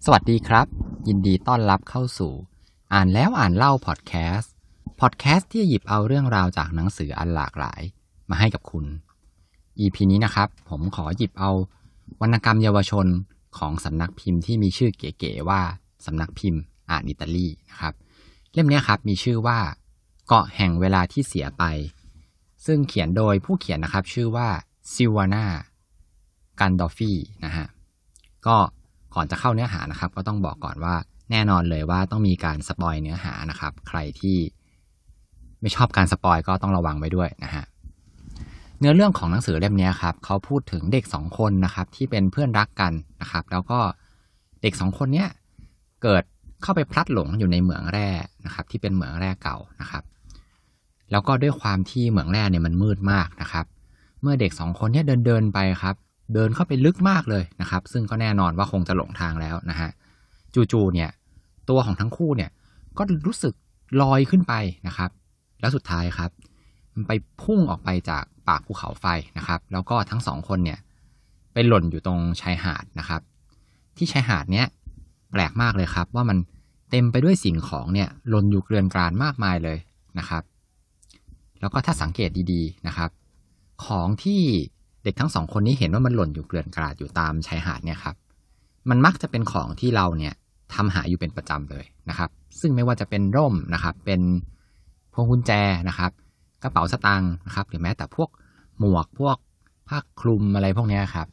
สวัสดีครับยินดีต้อนรับเข้าสู่อ่านแล้วอ่านเล่าพอดแคสต์ที่หยิบเอาเรื่องราวจากหนังสืออันหลากหลายมาให้กับคุณ EP นี้นะครับผมขอหยิบเอาวรรณกรรมเยาวชนของสำนักพิมพ์ที่มีชื่อเก๋ๆว่าสำนักพิมพ์อ่านอิตาลีนะครับเล่มนี้ครับมีชื่อว่าเกาะแห่งเวลาที่เสียไปซึ่งเขียนโดยผู้เขียนนะครับชื่อว่าซิวาน่ากันดอฟฟี่นะฮะก็ก่อนจะเข้าเนื้อหานะครับก็ต้องบอกก่อนว่าแน่นอนเลยว่าต้องมีการสปอยเนื้อหานะครับใครที่ไม่ชอบการสปอยก็ต้องระวังไว้ด้วยนะฮะเนื้อเรื่องของหนังสือเล่มนี้ครับเขาพูดถึงเด็ก2คนนะครับที่เป็นเพื่อนรักกันนะครับแล้วก็เด็ก2คนเนี้ยเกิดเข้าไปพลัดหลงอยู่ในเหมืองแร่นะครับที่เป็นเหมืองแร่เก่านะครับแล้วก็ด้วยความที่เหมืองแร่เนี่ยมันมืดมากนะครับเมื่อเด็ก2คนเนี้ยเดินไปครับเดินเข้าไปลึกมากเลยนะครับซึ่งก็แน่นอนว่าคงจะหลงทางแล้วนะฮะจู่ๆเนี่ยตัวของทั้งคู่เนี่ยก็รู้สึกลอยขึ้นไปนะครับแล้วสุดท้ายครับมันไปพุ่งออกไปจากปากภูเขาไฟนะครับแล้วก็ทั้ง2คนเนี่ยไปหล่นอยู่ตรงชายหาดนะครับที่ชายหาดเนี้ยแปลกมากเลยครับว่ามันเต็มไปด้วยสิ่งของเนี่ยหล่นอยู่เกลื่อนกลาดมากมายเลยนะครับแล้วก็ถ้าสังเกตดีๆนะครับของที่เด็กทั้ง2คนนี้เห็นว่ามันหล่นอยู่เกลื่อนกลาดอยู่ตามชายหาดเนี่ยครับมันมักจะเป็นของที่เราเนี่ยทำหาอยู่เป็นประจำเลยนะครับซึ่งไม่ว่าจะเป็นร่มนะครับเป็นพวงกุญแจนะครับกระเป๋าสตางค์นะครับหรือแม้แต่พวกหมวกพวกผ้าคลุมอะไรพวกนี้ครับ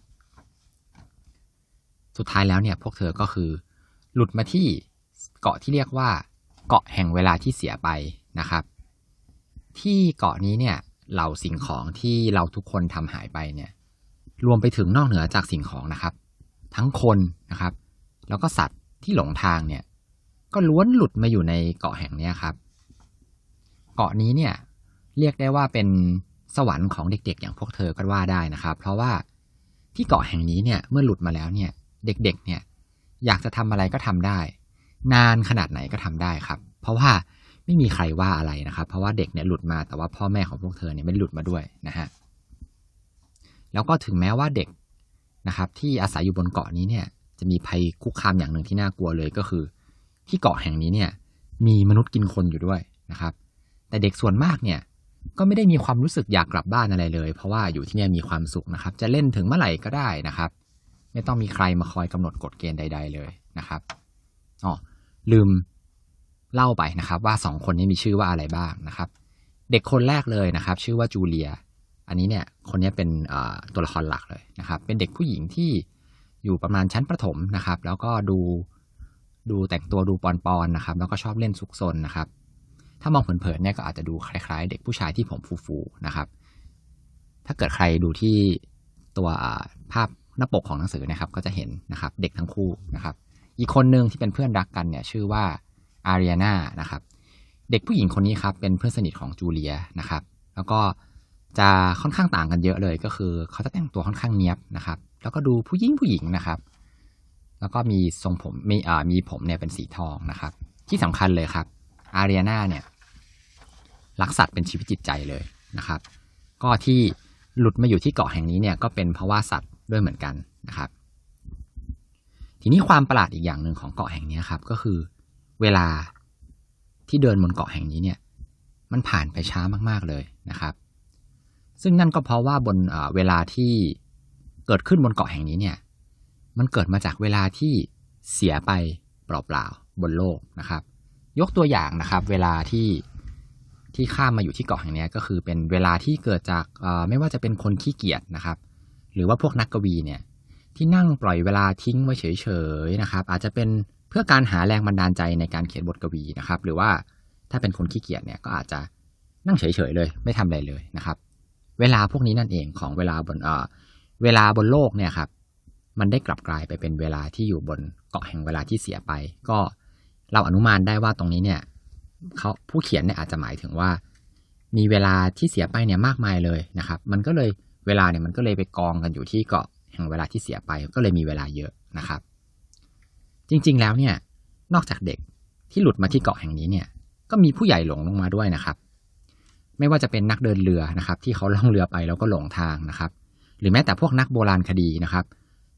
สุดท้ายแล้วเนี่ยพวกเธอก็คือหลุดมาที่เกาะที่เรียกว่าเกาะแห่งเวลาที่เสียไปนะครับที่เกาะนี้เนี่ยเหล่าสิ่งของที่เราทุกคนทำหายไปเนี่ยรวมไปถึงนอกเหนือจากสิ่งของนะครับทั้งคนนะครับแล้วก็สัตว์ที่หลงทางเนี่ยก็ล้วนหลุดมาอยู่ในเกาะแห่งนี้ครับเกาะนี้เนี่ยเรียกได้ว่าเป็นสวรรค์ของเด็กๆอย่างพวกเธอก็ว่าได้นะครับเพราะว่าที่เกาะแห่งนี้เนี่ยเมื่อหลุดมาแล้วเนี่ยเด็กๆเนี่ยอยากจะทำอะไรก็ทำได้นานขนาดไหนก็ทำได้ครับเพราะว่าไม่มีใครว่าอะไรนะครับเพราะว่าเด็กเนี่ยหลุดมาแต่ว่าพ่อแม่ของพวกเธอเนี่ยไม่หลุดมาด้วยนะฮะแล้วก็ถึงแม้ว่าเด็กนะครับที่อาศัยอยู่บนเกาะนี้เนี่ยจะมีภัยคุกคามอย่างหนึ่งที่น่ากลัวเลยก็คือที่เกาะแห่งนี้เนี่ยมีมนุษย์กินคนอยู่ด้วยนะครับแต่เด็กส่วนมากเนี่ยก็ไม่ได้มีความรู้สึกอยากกลับบ้านอะไรเลยเพราะว่าอยู่ที่นี่มีความสุขนะครับจะเล่นถึงเมื่อไหร่ก็ได้นะครับไม่ต้องมีใครมาคอยกำหนดกฎเกณฑ์ใดๆเลยนะครับลืมเล่าไปนะครับว่า2คนนี้มีชื่อว่าอะไรบ้างนะครับเด็กคนแรกเลยนะครับชื่อว่าจูเลียอันนี้เนี่ยคนนี้เป็นตัวละครหลักเลยนะครับเป็นเด็กผู้หญิงที่อยู่ประมาณชั้นประถมนะครับแล้วก็ดูแต่งตัวดูปอนๆนะครับแล้วก็ชอบเล่นซุกซนนะครับถ้ามองเผินๆเนี่ยก็อาจจะดูคล้ายๆเด็กผู้ชายที่ผมฟูๆนะครับถ้าเกิดใครดูที่ตัวภาพหน้าปกของหนังสือนะครับก็จะเห็นนะครับเด็กทั้งคู่นะครับอีกคนนึงที่เป็นเพื่อนรักกันเนี่ยชื่อว่าอารีนานะครับเด็กผู้หญิงคนนี้ครับเป็นเพื่อนสนิทของจูเลียนะครับแล้วก็จะค่อนข้างต่างกันเยอะเลยก็คือเขาจะแต่งตัวค่อนข้างเนี๊ยบนะครับแล้วก็ดูผู้หญิงนะครับแล้วก็มีทรงผมมีผมเนี่ยเป็นสีทองนะครับที่สำคัญเลยครับอารีนาเนี่ยรักสัตว์เป็นชีวิตจิตใจเลยนะครับก็ที่หลุดมาอยู่ที่เกาะแห่งนี้เนี่ยก็เป็นเพราะว่าสัตว์ด้วยเหมือนกันนะครับทีนี้ความประหลาดอีกอย่างหนึ่งของเกาะแห่งนี้ครับก็คือเวลาที่เดินบนเกาะแห่งนี้เนี่ยมันผ่านไปช้ามากๆเลยนะครับซึ่งนั่นก็เพราะว่าบนเวลาที่เกิดขึ้นบนเกาะแห่งนี้เนี่ยมันเกิดมาจากเวลาที่เสียไปเปล่าๆบนโลกนะครับยกตัวอย่างนะครับเวลาที่ข้ามมาอยู่ที่เกาะแห่งนี้ก็คือเป็นเวลาที่เกิดจากไม่ว่าจะเป็นคนขี้เกียจนะครับหรือว่าพวกนักกวีเนี่ยที่นั่งปล่อยเวลาทิ้งไว้เฉยๆนะครับอาจจะเป็นเพื่อการหาแรงบันดาลใจในการเขียนบทกวีนะครับหรือว่าถ้าเป็นคนขี้เกียจเนี่ยก็อาจจะนั่งเฉยๆเลยไม่ทำอะไรเลยนะครับเวลาพวกนี้นั่นเองของเวลาบนโลกเนี่ยครับมันได้กลับกลายไปเป็นเวลาที่อยู่บนเกาะแห่งเวลาที่เสียไปก็เราอนุมานได้ว่าตรงนี้เนี่ยผู้เขียนเนี่ยอาจจะหมายถึงว่ามีเวลาที่เสียไปเนี่ยมากมายเลยนะครับมันก็เลยเวลาเนี่ยมันก็เลยไปกองกันอยู่ที่เกาะแห่งเวลาที่เสียไปก็เลยมีเวลาเยอะนะครับจริงๆแล้วเนี่ยนอกจากเด็กที่หลุดมาที่เกาะแห่งนี้เนี่ยก็มีผู้ใหญ่หลงลงมาด้วยนะครับไม่ว่าจะเป็นนักเดินเรือนะครับที่เขาล่องเรือไปแล้วก็หลงทางนะครับหรือแม้แต่พวกนักโบราณคดีนะครับ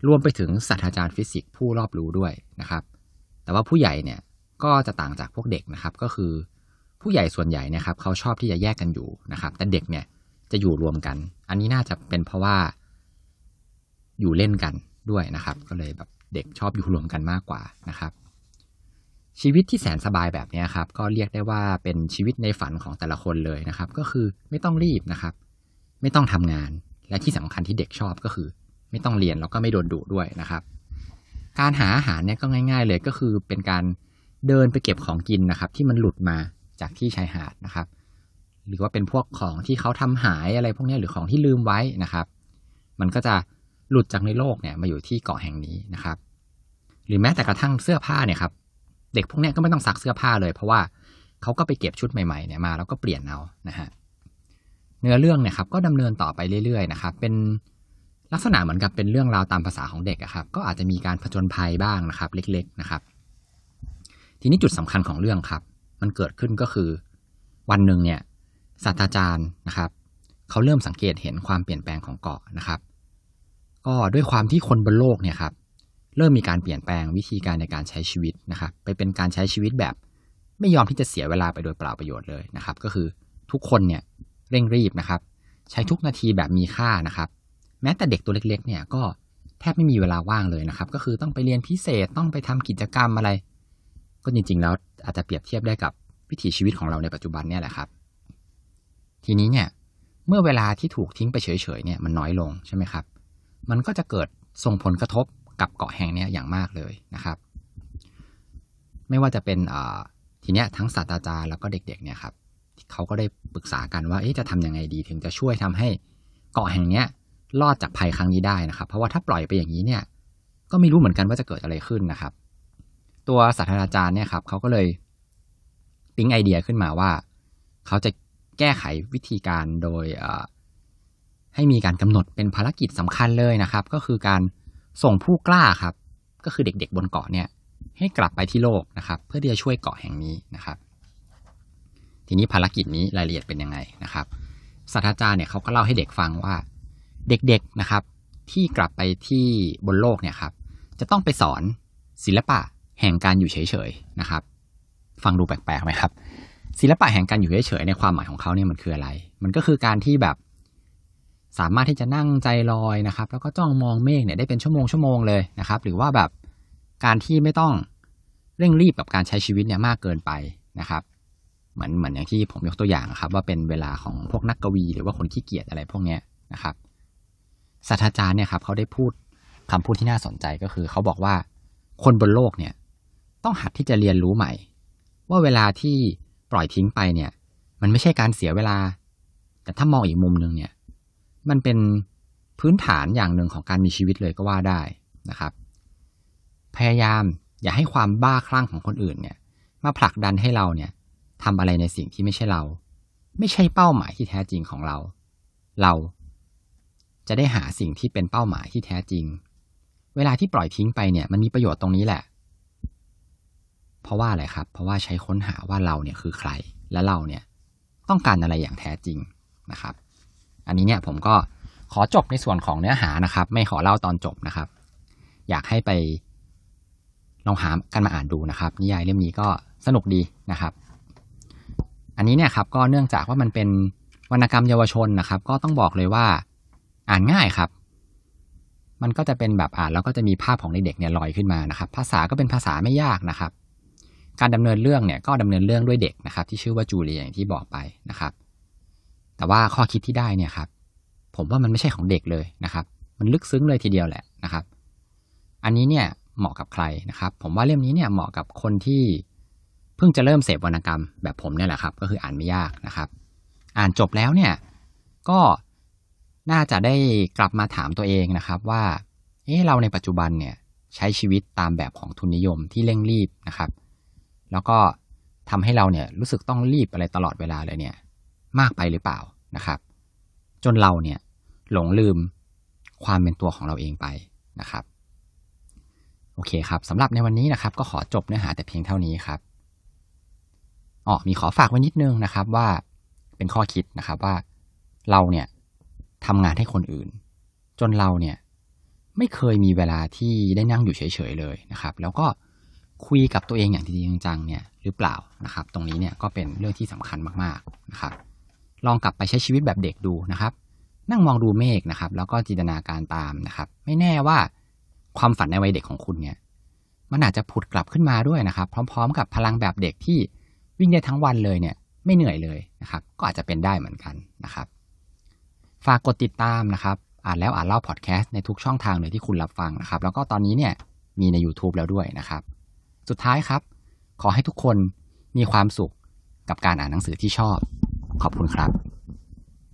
รวมไปถึงศาสตราจารย์ฟิสิกส์ผู้รอบรู้ด้วยนะครับแต่ว่าผู้ใหญ่เนี่ยก็จะต่างจากพวกเด็กนะครับก็คือผู้ใหญ่ส่วนใหญ่นะครับเขาชอบที่จะแยกกันอยู่นะครับแต่เด็กเนี่ยจะอยู่รวมกันอันนี้น่าจะเป็นเพราะว่าอยู่เล่นกันด้วยนะครับก็เลยแบบเด็กชอบอยู่รวมกันมากกว่านะครับชีวิตที่แสนสบายแบบนี้ครับก็เรียกได้ว่าเป็นชีวิตในฝันของแต่ละคนเลยนะครับก็คือไม่ต้องรีบนะครับไม่ต้องทำงานและที่สำคัญที่เด็กชอบก็คือไม่ต้องเรียนแล้วก็ไม่โดนดุด้วยนะครับการหาอาหารเนี่ยก็ง่ายๆเลยก็คือเป็นการเดินไปเก็บของกินนะครับที่มันหลุดมาจากที่ชายหาดนะครับหรือว่าเป็นพวกของที่เขาทำหายอะไรพวกนี้หรือของที่ลืมไว้นะครับมันก็จะหลุดจากในโลกเนี่ยมาอยู่ที่เกาะแห่งนี้นะครับหรือแม้แต่กระทั่งเสื้อผ้าเนี่ยครับเด็กพวกนี้ก็ไม่ต้องซักเสื้อผ้าเลยเพราะว่าเขาก็ไปเก็บชุดใหม่ๆเนี่ยมาแล้วก็เปลี่ยนเอานะฮะเนื้อเรื่องเนี่ยครับก็ดำเนินต่อไปเรื่อยๆนะครับเป็นลักษณะเหมือนกับเป็นเรื่องราวตามภาษาของเด็กอะครับก็อาจจะมีการผจญภัยบ้างนะครับเล็กๆนะครับทีนี้จุดสำคัญของเรื่องครับมันเกิดขึ้นก็คือวันหนึ่งเนี่ยศาสตราจารย์นะครับเขาเริ่มสังเกตเห็นความเปลี่ยนแปลงของเกาะนะครับก็ด้วยความที่คนบนโลกเนี่ยครับเริ่มมีการเปลี่ยนแปลงวิธีการในการใช้ชีวิตนะครับไปเป็นการใช้ชีวิตแบบไม่ยอมที่จะเสียเวลาไปโดยเปล่าประโยชน์เลยนะครับก็คือทุกคนเนี่ยเร่งรีบนะครับใช้ทุกนาทีแบบมีค่านะครับแม้แต่เด็กตัวเล็กๆเนี่ยก็แทบไม่มีเวลาว่างเลยนะครับก็คือต้องไปเรียนพิเศษต้องไปทำกิจกรรมอะไรก็จริงๆแล้วอาจจะเปรียบเทียบได้กับวิถีชีวิตของเราในปัจจุบันเนี่ยแหละครับทีนี้เนี่ยเมื่อเวลาที่ถูกทิ้งไปเฉยๆเนี่ยมันน้อยลงใช่ไหมครับมันก็จะเกิดส่งผลกระทบกับเกาะแห่งนี้อย่างมากเลยนะครับไม่ว่าจะเป็นทีเนี้ยทั้งศาสตราจารย์แล้วก็เด็กๆเนี่ยครับเขาก็ได้ปรึกษากันว่าจะทำยังไงดีถึงจะช่วยทำให้เกาะแห่งนี้รอดจากภัยครั้งนี้ได้นะครับเพราะว่าถ้าปล่อยไปอย่างนี้เนี่ยก็ไม่รู้เหมือนกันว่าจะเกิดอะไรขึ้นนะครับตัวศาสตราจารย์เนี่ยครับเขาก็เลยปิ๊งไอเดียขึ้นมาว่าเขาจะแก้ไขวิธีการโดยให้มีการกำหนดเป็นภารกิจสำคัญเลยนะครับก็คือการส่งผู้กล้าครับก็คือเด็กๆบนเกาะเนี่ยให้กลับไปที่โลกนะครับเพื่อที่จะช่วยเกาะแห่งนี้นะครับทีนี้ภารกิจนี้รายละเอียดเป็นยังไงนะครับศาสตราจารย์เนี่ยเขาก็เล่าให้เด็กฟังว่าเด็กๆนะครับที่กลับไปที่บนโลกเนี่ยครับจะต้องไปสอนศิลปะแห่งการอยู่เฉยๆนะครับฟังดูแปลกๆไหมครับศิลปะแห่งการอยู่เฉยๆในความหมายของเขาเนี่ยมันคืออะไรมันก็คือการที่แบบสามารถที่จะนั่งใจลอยนะครับแล้วก็จ้องมองเมฆเนี่ยได้เป็นชั่วโมงเลยนะครับหรือว่าแบบการที่ไม่ต้องเร่งรีบกับการใช้ชีวิตเนี่ยมากเกินไปนะครับเหมือนอย่างที่ผมยกตัวอย่างครับว่าเป็นเวลาของพวกนักกวีหรือว่าคนขี้เกียจอะไรพวกนี้นะครับศาสตราจารย์เนี่ยครับเขาได้พูดคำพูดที่น่าสนใจก็คือเขาบอกว่าคนบนโลกเนี่ยต้องหัดที่จะเรียนรู้ใหม่ว่าเวลาที่ปล่อยทิ้งไปเนี่ยมันไม่ใช่การเสียเวลาแต่ถ้ามองอีกมุมนึงเนี่ยมันเป็นพื้นฐานอย่างหนึ่งของการมีชีวิตเลยก็ว่าได้นะครับพยายามอย่าให้ความบ้าคลั่งของคนอื่นเนี่ยมาผลักดันให้เราเนี่ยทำอะไรในสิ่งที่ไม่ใช่เราไม่ใช่เป้าหมายที่แท้จริงของเราจะได้หาสิ่งที่เป็นเป้าหมายที่แท้จริงเวลาที่ปล่อยทิ้งไปเนี่ยมันมีประโยชน์ตรงนี้แหละเพราะว่าอะไรครับเพราะว่าใช้ค้นหาว่าเราเนี่ยคือใครและเราเนี่ยต้องการอะไรอย่างแท้จริงนะครับอันนี้เนี่ยผมก็ขอจบในส่วนของเนื้อหานะครับไม่ขอเล่าตอนจบนะครับอยากให้ไปลองหากันมาอ่านดูนะครับนิยายเล่มนี้ก็สนุกดีนะครับอันนี้เนี่ยครับก็เนื่องจากว่ามันเป็นวรรณกรรมเยาวชนนะครับก็ต้องบอกเลยว่าอ่านง่ายครับมันก็จะเป็นแบบอ่านแล้วก็จะมีภาพของเด็กๆเนี่ยลอยขึ้นมานะครับภาษาก็เป็นภาษาไม่ยากนะครับการดำเนินเรื่องเนี่ยก็ดำเนินเรื่องด้วยเด็กนะครับที่ชื่อว่าจูเลียอย่างที่บอกไปนะครับแต่ว่าข้อคิดที่ได้เนี่ยครับผมว่ามันไม่ใช่ของเด็กเลยนะครับมันลึกซึ้งเลยทีเดียวแหละนะครับอันนี้เนี่ยเหมาะกับใครนะครับผมว่าเล่มนี้เนี่ยเหมาะกับคนที่เพิ่งจะเริ่มเสพวรรณกรรมแบบผมเนี่ยแหละครับก็คืออ่านไม่ยากนะครับอ่านจบแล้วเนี่ยก็น่าจะได้กลับมาถามตัวเองนะครับว่าเราในปัจจุบันเนี่ยใช้ชีวิตตามแบบของทุนนิยมที่เร่งรีบนะครับแล้วก็ทำให้เราเนี่ยรู้สึกต้องรีบอะไรตลอดเวลาเลยเนี่ยมากไปหรือเปล่านะครับจนเราเนี่ยหลงลืมความเป็นตัวของเราเองไปนะครับโอเคครับสำหรับในวันนี้นะครับก็ขอจบเนื้อหาแต่เพียงเท่านี้ครับมีขอฝากไว้นิดนึงนะครับว่าเป็นข้อคิดนะครับว่าเราเนี่ยทำงานให้คนอื่นจนเราเนี่ยไม่เคยมีเวลาที่ได้นั่งอยู่เฉยๆเลยนะครับแล้วก็คุยกับตัวเองอย่างจริงจังเนี่ยหรือเปล่านะครับตรงนี้เนี่ยก็เป็นเรื่องที่สำคัญมากๆนะครับลองกลับไปใช้ชีวิตแบบเด็กดูนะครับนั่งมองดูเมฆนะครับแล้วก็จินตนาการตามนะครับไม่แน่ว่าความฝันในวัยเด็กของคุณเนี่ยมันอาจจะผุดกลับขึ้นมาด้วยนะครับพร้อมๆกับพลังแบบเด็กที่วิ่งได้ทั้งวันเลยเนี่ยไม่เหนื่อยเลยนะครับก็อาจจะเป็นได้เหมือนกันนะครับฝากกดติดตามนะครับอ่านแล้วอ่านเล่าพอดแคสต์ในทุกช่องทางเลยที่คุณรับฟังนะครับแล้วก็ตอนนี้เนี่ยมีใน YouTube แล้วด้วยนะครับสุดท้ายครับขอให้ทุกคนมีความสุขกับการอ่านหนังสือที่ชอบขอบคุณครับ